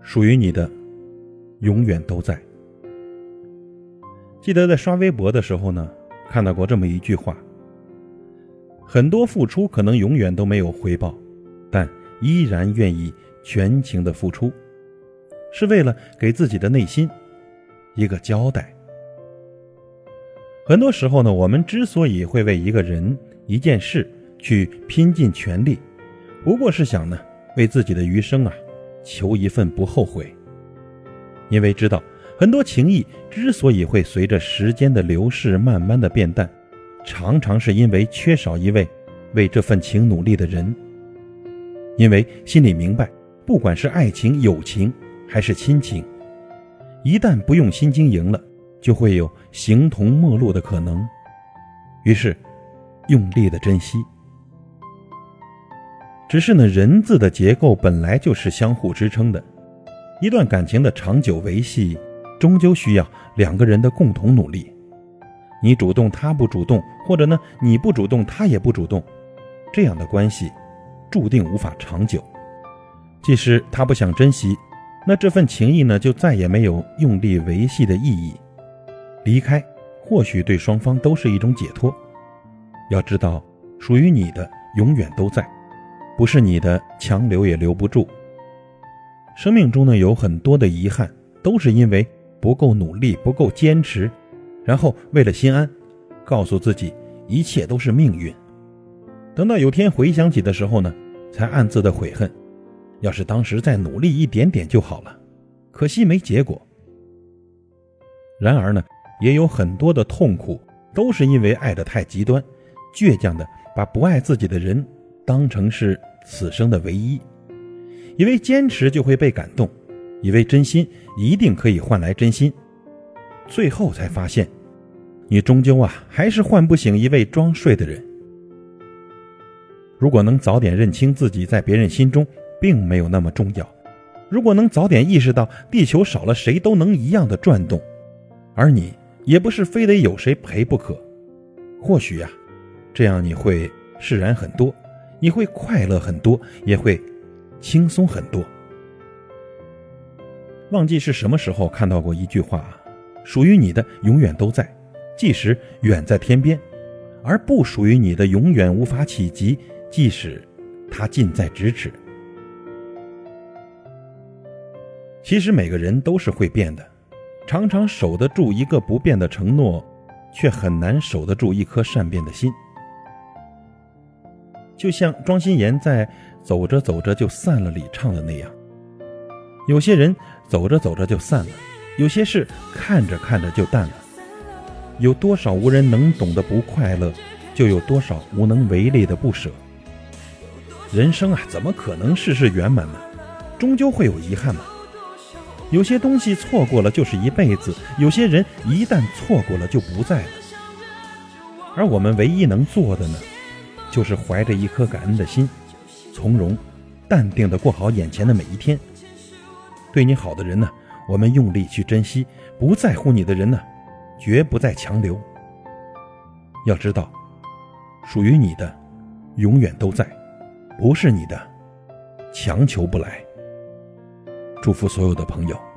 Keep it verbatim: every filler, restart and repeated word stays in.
属于你的永远都在。记得在刷微博的时候呢，看到过这么一句话：很多付出可能永远都没有回报，但依然愿意全情的付出，是为了给自己的内心一个交代。很多时候呢，我们之所以会为一个人一件事去拼尽全力，不过是想呢为自己的余生啊求一份不后悔。因为知道很多情谊之所以会随着时间的流逝慢慢的变淡，常常是因为缺少一位为这份情努力的人。因为心里明白，不管是爱情、友情还是亲情，一旦不用心经营了，就会有形同陌路的可能。于是用力的珍惜。只是呢，人字的结构本来就是相互支撑的，一段感情的长久维系，终究需要两个人的共同努力。你主动他不主动，或者呢你不主动他也不主动，这样的关系注定无法长久。即使他不想珍惜，那这份情谊呢就再也没有用力维系的意义。离开或许对双方都是一种解脱。要知道，属于你的永远都在，不是你的强留也留不住。生命中呢有很多的遗憾，都是因为不够努力，不够坚持，然后为了心安，告诉自己一切都是命运。等到有天回想起的时候呢，才暗自的悔恨，要是当时再努力一点点就好了，可惜没结果。然而呢，也有很多的痛苦都是因为爱得太极端，倔强的把不爱自己的人当成是此生的唯一，以为坚持就会被感动，以为真心一定可以换来真心，最后才发现，你终究啊还是唤不醒一位装睡的人。如果能早点认清自己在别人心中并没有那么重要，如果能早点意识到地球少了谁都能一样的转动，而你也不是非得有谁陪不可，或许啊，这样你会释然很多，你会快乐很多，也会轻松很多。忘记是什么时候看到过一句话：属于你的永远都在，即使远在天边；而不属于你的永远无法企及，即使它近在咫尺。其实每个人都是会变的，常常守得住一个不变的承诺，却很难守得住一颗善变的心。就像庄心妍在《走着走着就散了》里唱的那样，有些人走着走着就散了，有些事看着看着就淡了。有多少无人能懂的不快乐，就有多少无能为力的不舍。人生啊，怎么可能事事圆满呢？终究会有遗憾嘛。有些东西错过了就是一辈子，有些人一旦错过了就不在了。而我们唯一能做的呢，就是怀着一颗感恩的心，从容淡定地过好眼前的每一天。对你好的人呢，我们用力去珍惜；不在乎你的人呢，绝不再强留。要知道，属于你的永远都在，不是你的强求不来。祝福所有的朋友。